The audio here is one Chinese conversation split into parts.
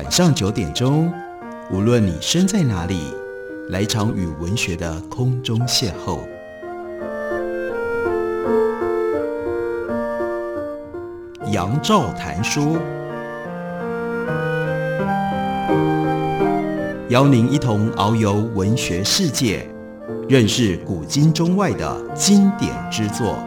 晚上9点钟，无论你身在哪里，来一场与文学的空中邂逅。杨照谈书，邀您一同遨游文学世界，认识古今中外的经典之作。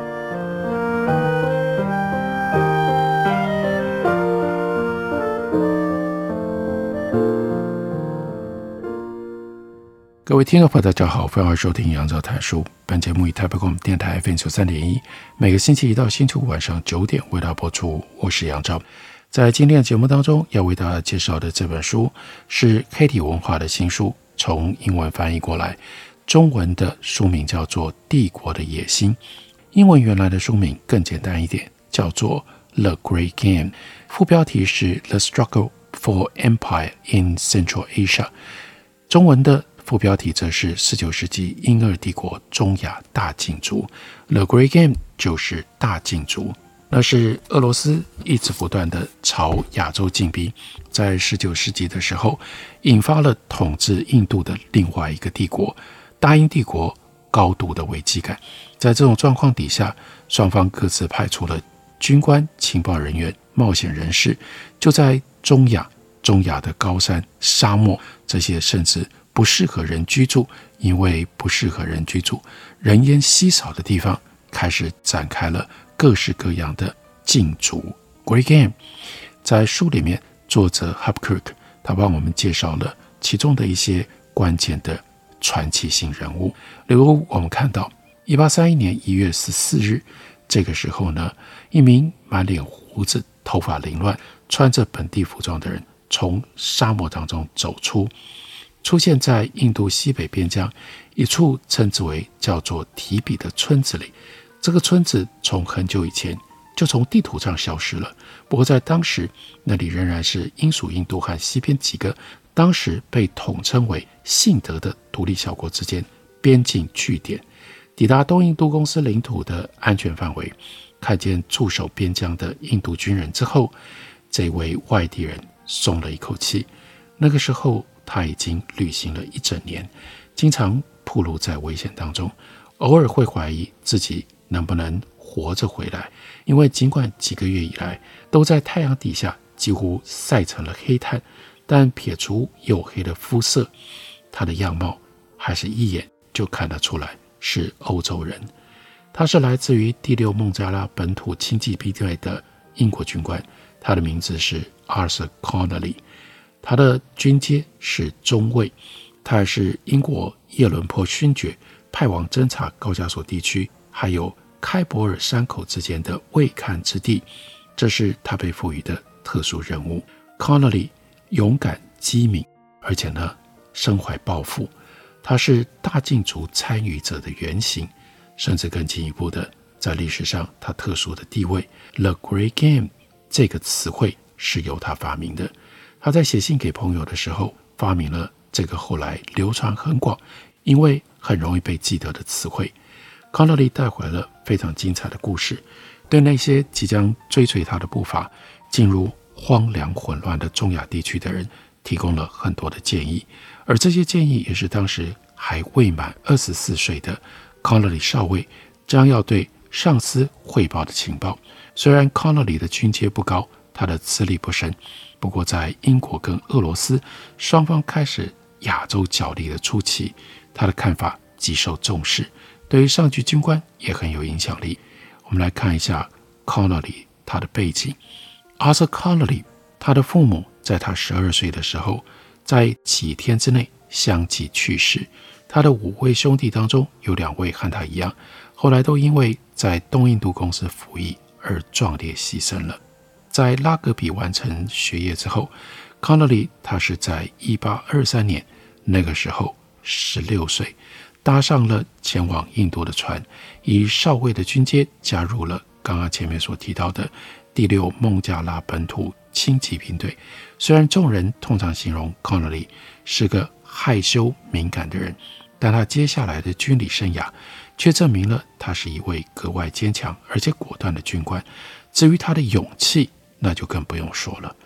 各位听众朋友大家好，欢迎收听杨照谈书。本节目以台北广播电台 FM 93.1，每个星期一到星期五晚上9点为大家播出。我是杨照。在今天的节目当中，要为大家介绍的这本书是黑体文化的新书，从英文翻译过来，中文的书名叫做《帝国的野心》，英文原来的书名更简单一点，叫做 The Great Game， 副标题是 The Struggle for Empire in Central Asia， 中文的副标题则是19世纪英俄帝国中亚大竞逐。 The Great Game 就是大竞逐，那是俄罗斯一直不断的朝亚洲进逼，在19世纪的时候引发了统治印度的另外一个帝国大英帝国高度的危机感。在这种状况底下，双方各自派出了军官、情报人员、冒险人士，就在中亚的高山、沙漠这些甚至不适合人居住，因为不适合人居住，人烟稀少的地方，开始展开了各式各样的竞逐 Great Game。 在书里面，作者 Hubkirk 他帮我们介绍了其中的一些关键的传奇性人物。例如我们看到1831年1月14日，这个时候呢，一名满脸胡子、头发凌乱、穿着本地服装的人从沙漠当中走出现在印度西北边疆一处称之为叫做提比的村子里。这个村子从很久以前就从地图上消失了，不过在当时那里仍然是英属印度和西边几个当时被统称为信德的独立小国之间边境据点。抵达东印度公司领土的安全范围，看见驻守边疆的印度军人之后，这位外地人松了一口气。那个时候他已经旅行了1整年，经常暴露在危险当中，偶尔会怀疑自己能不能活着回来，因为尽管几个月以来都在太阳底下几乎晒成了黑炭，但撇除黝黑的肤色，他的样貌还是一眼就看得出来是欧洲人。他是来自于第6孟加拉本土轻骑兵队的英国军官，他的名字是 Arthur Connolly，他的军阶是中尉，他还是英国叶伦坡勋爵派往侦察高加索地区还有开伯尔山口之间的未看之地，这是他被赋予的特殊任务。 Connolly 勇敢机敏，而且呢身怀抱负，他是大竞逐参与者的原型，甚至更进一步的，在历史上他特殊的地位 The Great Game 这个词汇是由他发明的。他在写信给朋友的时候发明了这个后来流传很广，因为很容易被记得的词汇。 Connolly 带回了非常精彩的故事，对那些即将追随他的步伐进入荒凉混乱的中亚地区的人提供了很多的建议，而这些建议也是当时还未满24岁的 Connolly 少尉将要对上司汇报的情报。虽然 Connolly 的军阶不高，他的资历不深，不过在英国跟俄罗斯双方开始亚洲角力的初期，他的看法极受重视，对于上级军官也很有影响力。我们来看一下 Connolly 他的背景。 Arthur Connolly 他的父母在他12岁的时候在几天之内相继去世，他的5位兄弟当中有2位和他一样，后来都因为在东印度公司服役而壮烈牺牲了。在拉格比完成学业之后， Connolly 他是在1823年，那个时候16岁，搭上了前往印度的船，以少尉的军阶加入了刚刚前面所提到的第6孟加拉本土轻骑兵队。虽然众人通常形容 Connolly 是个害羞敏感的人，但他接下来的军旅生涯却证明了他是一位格外坚强而且果断的军官。至于他的勇气，那就更不用说了。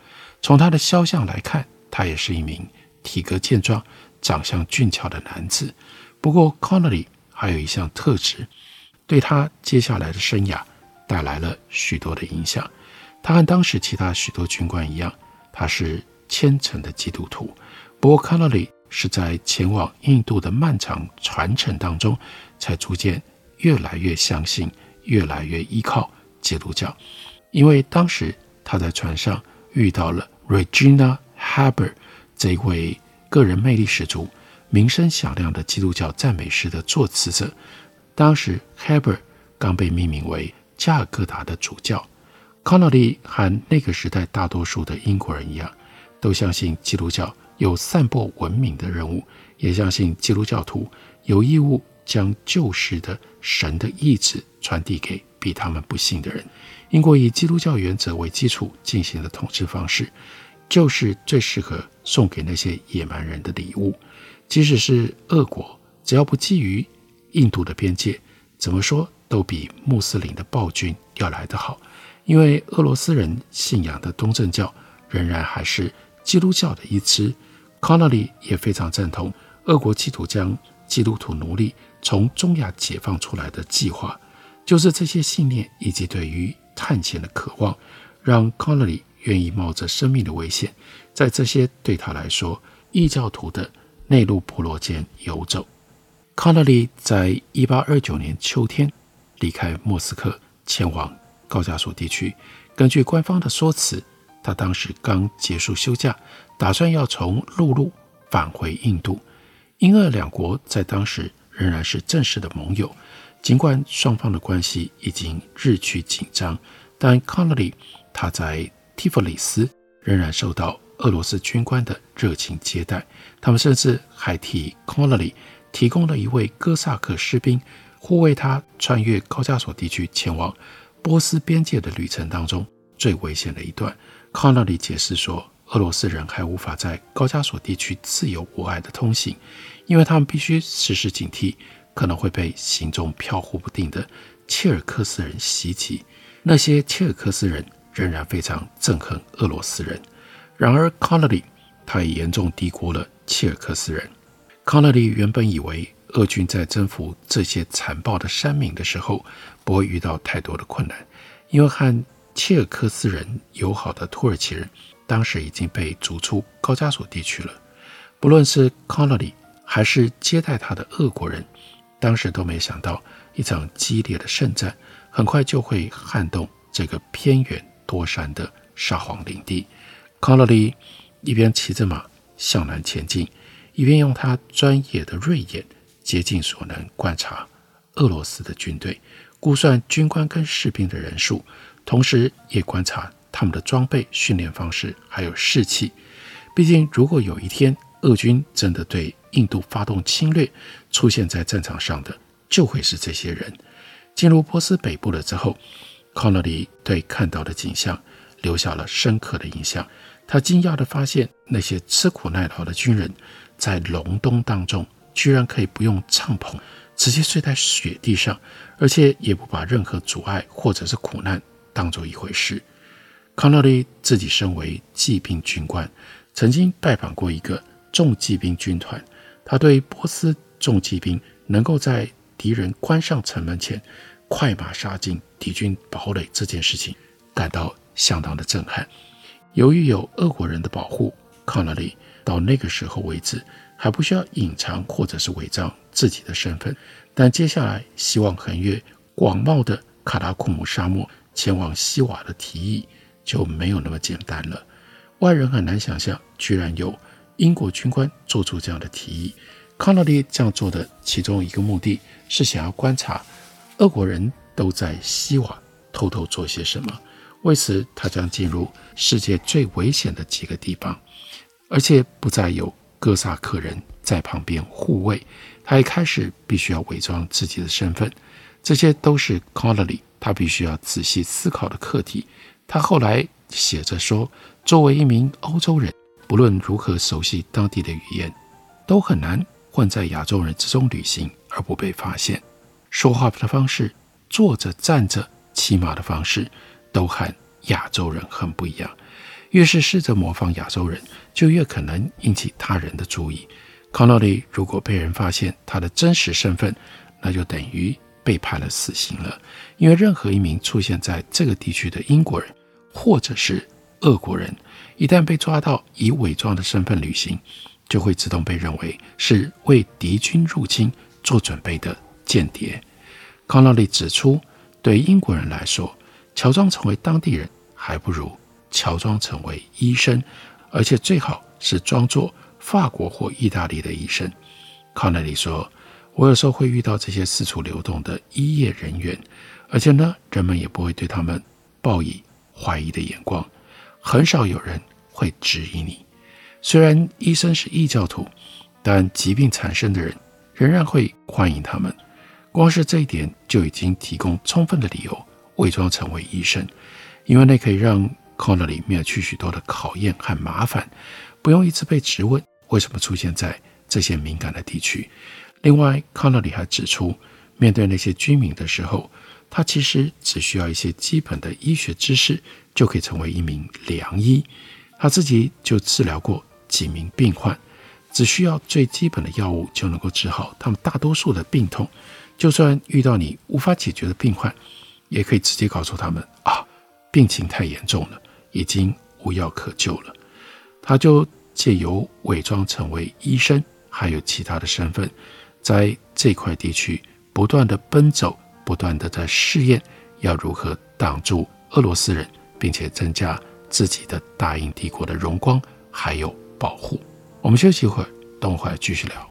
从他的肖像来看，他也是一名体格健壮、长相俊俏的男子。不过 Connolly 还有一项特质，对他接下来的生涯带来了许多的影响。他和当时其他许多军官一样，他是虔诚的基督徒。不过 Connolly 是在前往印度的漫长传承当中，才逐渐越来越相信、越来越依靠基督教。因为当时他在船上遇到了 Regina Haber 这一位个人魅力十足、名声响亮的基督教赞美诗的作词者。当时 Haber 刚被命名为加尔各答的主教。Connolly 和那个时代大多数的英国人一样，都相信基督教有散播文明的任务，也相信基督教徒有义务将救世的神的意志传递给比他们不信的人。英国以基督教原则为基础进行的统治方式，就是最适合送给那些野蛮人的礼物。即使是俄国，只要不觊觎印度的边界，怎么说都比穆斯林的暴君要来得好。因为俄罗斯人信仰的东正教仍然还是基督教的一支。 Connolly 也非常赞同俄国企图将基督徒奴隶从中亚解放出来的计划。就是这些信念以及对于探险的渴望，让 Connolly 愿意冒着生命的危险，在这些对他来说异教徒的内陆部落间游走。 Connolly 在1829年秋天离开莫斯科，前往高加索地区。根据官方的说辞，他当时刚结束休假，打算要从陆路返回印度。英俄两国在当时仍然是正式的盟友，尽管双方的关系已经日趋紧张，但 Connolly 他在提弗里斯仍然受到俄罗斯军官的热情接待。他们甚至还替 Connolly 提供了一位哥萨克士兵，护卫他穿越高加索地区前往波斯边界的旅程当中最危险的一段。 Connolly 解释说，俄罗斯人还无法在高加索地区自由无碍的通行，因为他们必须时时警惕可能会被行踪飘忽不定的切尔克斯人袭击。那些切尔克斯人仍然非常憎恨俄罗斯人。然而 Connolly 他也严重低估了切尔克斯人。 Connolly 原本以为俄军在征服这些残暴的山民的时候不会遇到太多的困难，因为和切尔克斯人友好的土耳其人当时已经被逐出高加索地区了。不论是 Connolly 还是接待他的俄国人，当时都没想到一场激烈的圣战很快就会撼动这个偏远多山的沙皇领地。 Connolly 一边骑着马向南前进，一边用他专业的锐眼竭尽所能观察俄罗斯的军队，估算军官跟士兵的人数，同时也观察他们的装备、训练方式还有士气。毕竟如果有一天俄军真的对印度发动侵略，出现在战场上的就会是这些人。进入波斯北部了之后， Connolly 对看到的景象留下了深刻的印象。他惊讶地发现，那些吃苦耐劳的军人在隆冬当中居然可以不用帐篷，直接睡在雪地上，而且也不把任何阻碍或者是苦难当作一回事。 Connolly 自己身为骑兵军官，曾经拜访过一个重骑兵军团，他对波斯重骑兵能够在敌人关上城门前快马杀进敌军堡垒这件事情感到相当的震撼。由于有俄国人的保护， Connolly 到那个时候为止还不需要隐藏或者是伪装自己的身份，但接下来希望横越广袤的卡拉库姆沙漠前往西瓦的提议就没有那么简单了。外人很难想象居然有英国军官做出这样的提议。 Connolly 这样做的其中一个目的是想要观察俄国人都在西瓦偷偷做些什么。为此他将进入世界最危险的几个地方，而且不再有哥萨克人在旁边护卫，他一开始必须要伪装自己的身份。这些都是 Connolly 他必须要仔细思考的课题。他后来写着说，作为一名欧洲人，不论如何熟悉当地的语言，都很难混在亚洲人之中旅行而不被发现。说话的方式，坐着站着骑马的方式都和亚洲人很不一样。 越是试着模仿亚洲人，就越可能引起他人的注意。Connolly 如果被人发现他的真实身份，那就等于被判了死刑了，因为任何一名出现在这个地区的英国人或者是俄国人，一旦被抓到以伪装的身份旅行，就会自动被认为是为敌军入侵做准备的间谍。Connolly 指出，对英国人来说，乔装成为当地人还不如乔装成为医生，而且最好是装作法国或意大利的医生。Connolly 说，我有时候会遇到这些四处流动的医业人员，而且呢，人们也不会对他们抱以怀疑的眼光，很少有人会质疑你。虽然医生是异教徒，但疾病缠身的人仍然会欢迎他们。光是这一点就已经提供充分的理由伪装成为医生，因为那可以让 Connolly 免去许多的考验和麻烦，不用一直被质问为什么出现在这些敏感的地区。另外 Connolly 还指出，面对那些居民的时候，他其实只需要一些基本的医学知识就可以成为一名良医。他自己就治疗过几名病患，只需要最基本的药物就能够治好他们大多数的病痛。就算遇到你无法解决的病患，也可以直接告诉他们病情太严重了，已经无药可救了。他就借由伪装成为医生还有其他的身份，在这块地区不断的奔走，不断的在试验要如何挡住俄罗斯人，并且增加自己的大英帝国的荣光还有保护。我们休息一会儿，等我回来继续聊。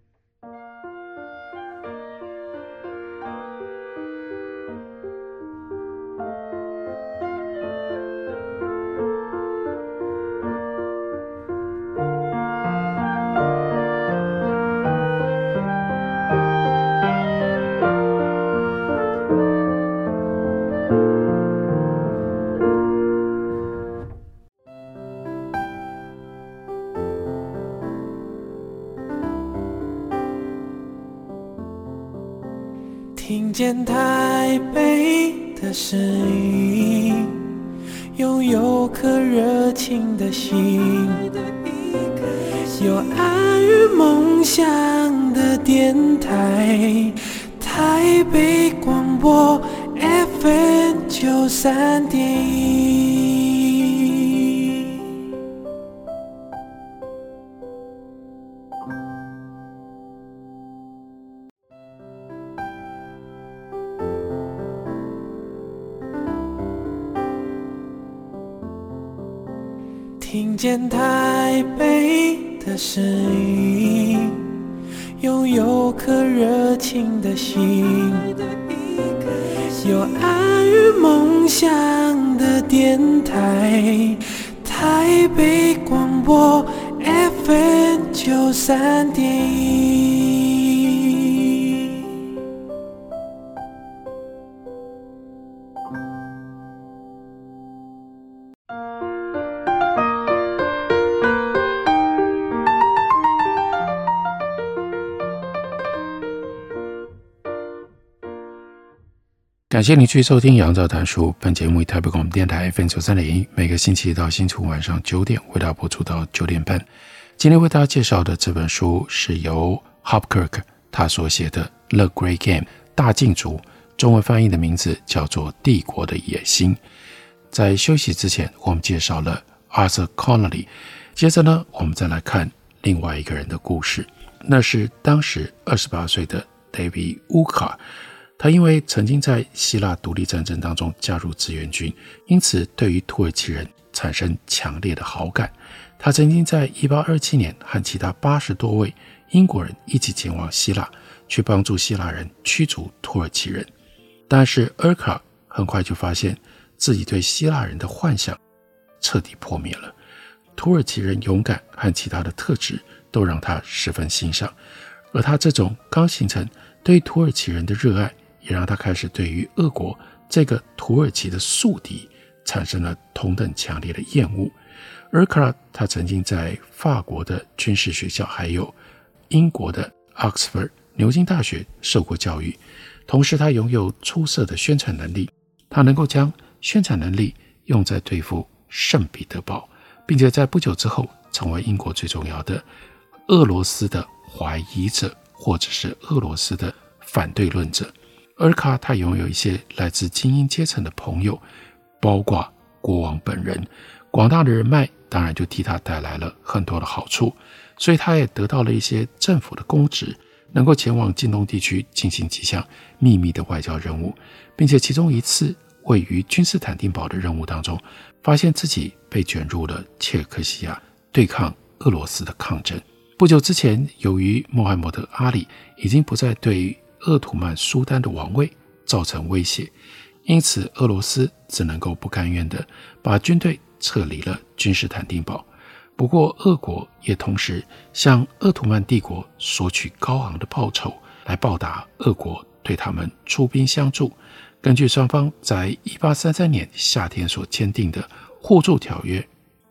听见台北的声音，拥有颗热情的心，有爱与梦想的电台，台北广播 FM93.1。听见台北的声音，拥有颗热情的心，有爱与梦想的电台，台北广播 FM93.1。 感谢你继续收听杨照谈书，本节目以台北广播电台 FM93.1每个星期一到星期五晚上9点为大家播出到9点半。今天为大家介绍的这本书是由 Hopkirk 他所写的 The Great Game 大竞逐，中文翻译的名字叫做帝国的野心。在休息之前，我们介绍了 Arthur Connolly， 接着呢，我们再来看另外一个人的故事，那是当时28岁的 David Ucar。他因为曾经在希腊独立战争当中加入志愿军，因此对于土耳其人产生强烈的好感。他曾经在1827年和其他80多位英国人一起前往希腊，去帮助希腊人驱逐土耳其人。但是 Ucar 很快就发现自己对希腊人的幻想彻底破灭了。土耳其人勇敢和其他的特质都让他十分欣赏，而他这种刚形成对土耳其人的热爱，也让他开始对于俄国这个土耳其的宿敌产生了同等强烈的厌恶。Ucar 他曾经在法国的军事学校还有英国的 Oxford 牛津大学受过教育，同时他拥有出色的宣传能力，他能够将宣传能力用在对付圣彼得堡， 并且在不久之后成为英国最重要的俄罗斯的怀疑者，或者是俄罗斯的反对论者。尔卡他拥有一些来自精英阶层的朋友，包括国王本人，广大的人脉当然就替他带来了很多的好处，所以他也得到了一些政府的公职，能够前往近东地区进行几项秘密的外交任务，并且其中一次位于君士坦丁堡的任务当中，发现自己被卷入了切尔克西亚对抗俄罗斯的抗争。不久之前，由于穆罕默德阿里已经不再对鄂图曼苏丹的王位造成威胁，因此俄罗斯只能够不甘愿地把军队撤离了君士坦丁堡。不过俄国也同时向鄂图曼帝国索取高昂的报酬，来报答俄国对他们出兵相助。根据双方在1833年夏天所签订的互助条约，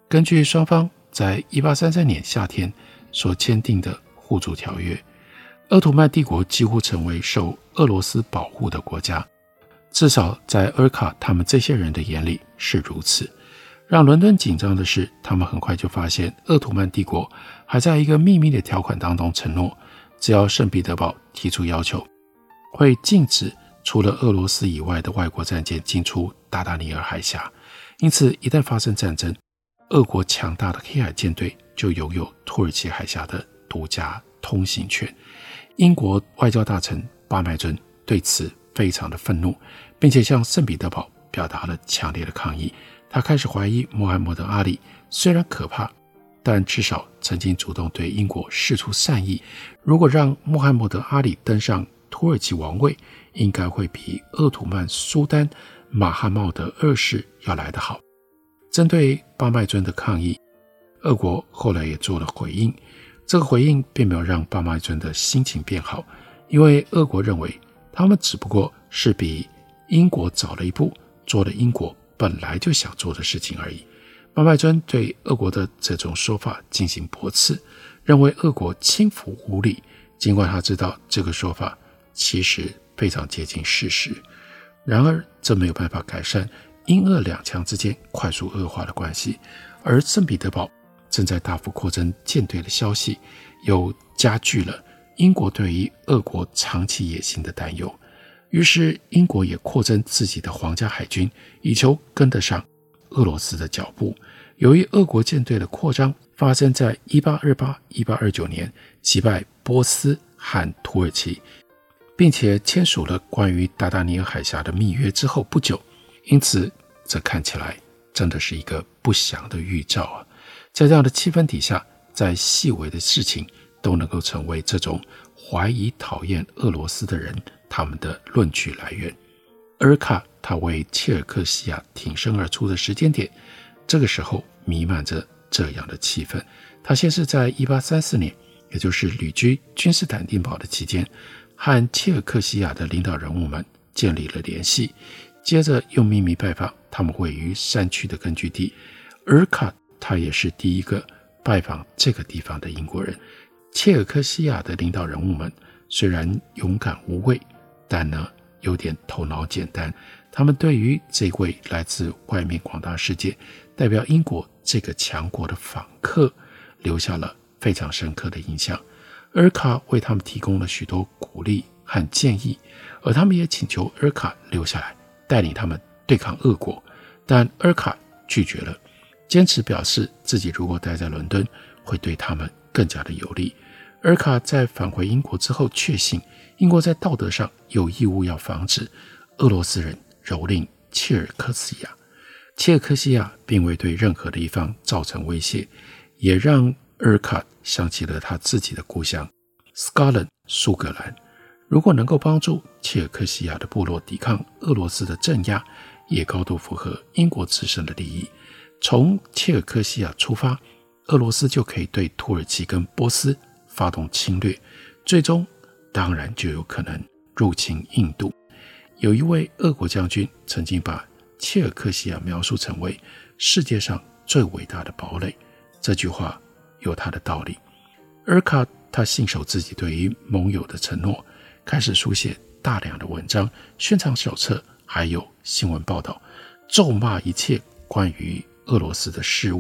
鄂图曼帝国几乎成为受俄罗斯保护的国家，至少在尔卡他们这些人的眼里是如此。让伦敦紧张的是，他们很快就发现鄂图曼帝国还在一个秘密的条款当中承诺，只要圣彼得堡提出要求，会禁止除了俄罗斯以外的外国战舰进出达达尼尔海峡。因此一旦发生战争，俄国强大的黑海舰队就拥有土耳其海峡的独家通行权。英国外交大臣巴麦尊对此非常的愤怒，并且向圣彼得堡表达了强烈的抗议。他开始怀疑穆罕默德阿里虽然可怕，但至少曾经主动对英国释出善意。如果让穆罕默德阿里登上土耳其王位，应该会比鄂图曼苏丹马哈茂德二世要来得好。针对巴麦尊的抗议，俄国后来也做了回应。这个回应并没有让巴麦尊的心情变好，因为俄国认为他们只不过是比英国早了一步，做了英国本来就想做的事情而已。巴麦尊对俄国的这种说法进行驳斥，认为俄国轻浮无礼，尽管他知道这个说法其实非常接近事实。然而这没有办法改善英俄两强之间快速恶化的关系，而圣彼得堡正在大幅扩增舰队的消息，又加剧了英国对于俄国长期野心的担忧。于是英国也扩增自己的皇家海军，以求跟得上俄罗斯的脚步。由于俄国舰队的扩张发生在1828、1829年击败波斯和土耳其，并且签署了关于达达尼尔海峡的密约之后不久，因此这看起来真的是一个不祥的预兆啊！在这样的气氛底下，在细微的事情都能够成为这种怀疑讨厌俄罗斯的人他们的论据来源。尔卡他为切尔克西亚挺身而出的时间点，这个时候弥漫着这样的气氛。他先是在1834年，也就是旅居君士坦丁堡的期间，和切尔克西亚的领导人物们建立了联系，接着又秘密拜访他们位于山区的根据地。尔卡他也是第一个拜访这个地方的英国人。切尔克西亚的领导人物们虽然勇敢无畏，但呢有点头脑简单，他们对于这位来自外面广大世界代表英国这个强国的访客留下了非常深刻的印象。尔卡为他们提供了许多鼓励和建议，而他们也请求尔卡留下来带领他们对抗俄国，但尔卡拒绝了，坚持表示自己如果待在伦敦会对他们更加的有利。尔卡在返回英国之后确信，英国在道德上有义务要防止俄罗斯人蹂躏切尔克西亚。切尔克西亚并未对任何的一方造成威胁，也让尔卡想起了他自己的故乡 Scotland 苏格兰。如果能够帮助切尔克西亚的部落抵抗俄罗斯的镇压，也高度符合英国自身的利益。从切尔克西亚出发，俄罗斯就可以对土耳其跟波斯发动侵略，最终当然就有可能入侵印度。有一位俄国将军曾经把切尔克西亚描述成为世界上最伟大的堡垒，这句话有它的道理。尔卡他信守自己对于盟友的承诺，开始书写大量的文章、宣传手册，还有新闻报道，咒骂一切关于俄罗斯的事物，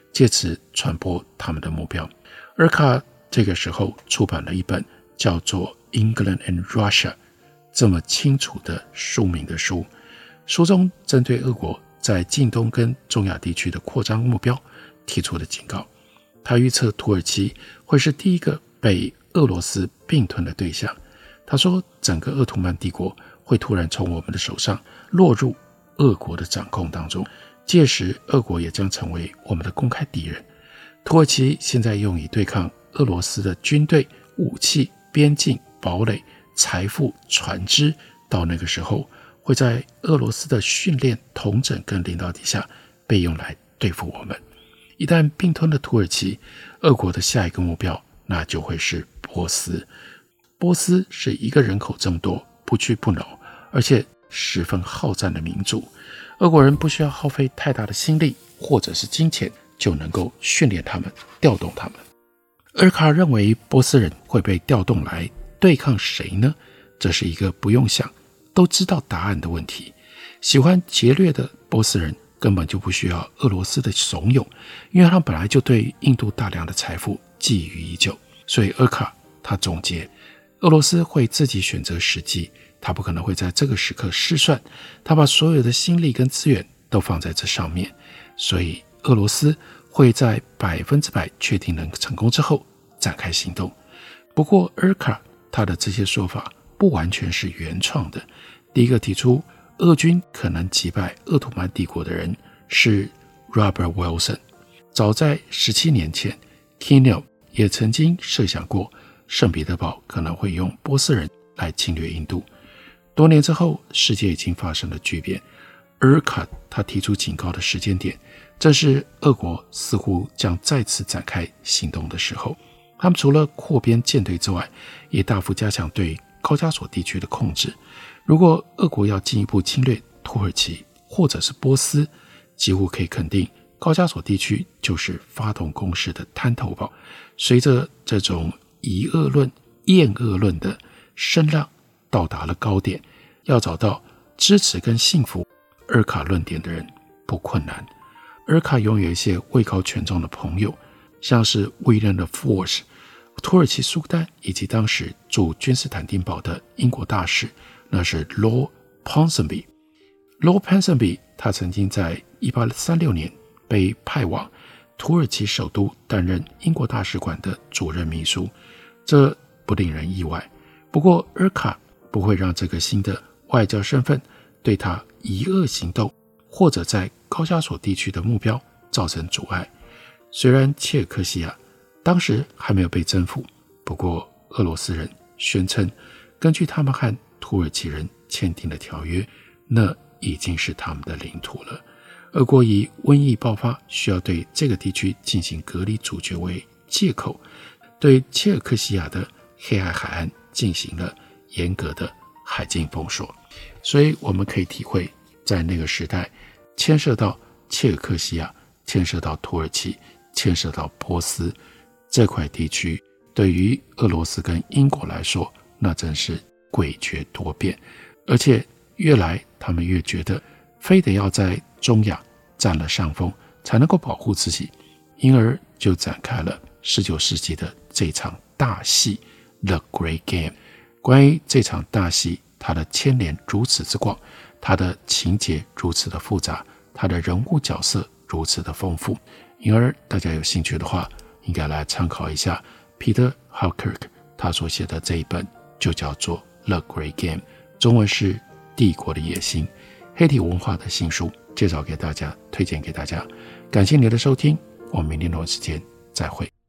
借此传播他们的目标。尔卡这个时候出版了一本叫做 England and Russia 这么清楚的书名的书，书中针对俄国在近东跟中亚地区的扩张目标提出了警告。他预测土耳其会是第一个被俄罗斯并吞的对象。他说，整个鄂图曼帝国会突然从我们的手上落入俄国的掌控当中，届时俄国也将成为我们的公开敌人。土耳其现在用以对抗俄罗斯的军队、武器、边境、堡垒、财富、船只，到那个时候会在俄罗斯的训练、统整跟领导底下被用来对付我们。一旦并吞了土耳其，俄国的下一个目标那就会是波斯。波斯是一个人口众多、不屈不挠，而且十分好战的民族。俄国人不需要耗费太大的心力或者是金钱，就能够训练他们、调动他们。尔卡认为波斯人会被调动来对抗谁呢？这是一个不用想都知道答案的问题。喜欢劫掠的波斯人根本就不需要俄罗斯的怂恿，因为他们本来就对印度大量的财富觊觎已久。所以尔卡他总结，俄罗斯会自己选择时机，他不可能会在这个时刻失算，他把所有的心力跟资源都放在这上面，所以俄罗斯会在100%确定能成功之后展开行动。不过尔卡他的这些说法不完全是原创的。第一个提出俄军可能击败鄂图曼帝国的人是 Robert Wilson。 早在17年前 Kinel 也曾经设想过圣彼得堡可能会用波斯人来侵略印度。多年之后，世界已经发生了巨变。尔卡他提出警告的时间点，正是俄国似乎将再次展开行动的时候。他们除了扩编舰队之外，也大幅加强对高加索地区的控制。如果俄国要进一步侵略土耳其或者是波斯，几乎可以肯定高加索地区就是发动攻势的滩头堡。随着这种疑俄论、厌俄论的声浪到达了高点，要找到支持跟信服尔卡论点的人不困难。尔卡拥有一些位高权重的朋友，像是William the Fourth、土耳其苏丹以及当时驻君士坦丁堡的英国大使，那是 Lord Ponsonby。Lord Ponsonby 他曾经在1836年被派往土耳其首都担任英国大使馆的主任秘书，这不令人意外。不过尔卡不会让这个新的外交身份对他疑俄行动或者在高加索地区的目标造成阻碍。虽然切尔克西亚当时还没有被征服，不过俄罗斯人宣称，根据他们和土耳其人签订的条约，那已经是他们的领土了。俄国以瘟疫爆发需要对这个地区进行隔离阻绝为借口，对切尔克西亚的黑海海岸进行了严格的海禁封锁。所以我们可以体会，在那个时代，牵涉到切尔克西亚、牵涉到土耳其、牵涉到波斯这块地区，对于俄罗斯跟英国来说，那真是诡谲多变。而且越来他们越觉得非得要在中亚占了上风才能够保护自己，因而就展开了19世纪的这场大戏 The Great Game。 关于这场大戏，它的牵连如此之广，它的情节如此的复杂，它的人物角色如此的丰富，因而大家有兴趣的话，应该来参考一下 Peter Halkirk 他所写的这一本，就叫做 The Great Game， 中文是帝国的野心，黑体文化的新书，介绍给大家，推荐给大家。感谢你的收听，我们明天同一时间再会。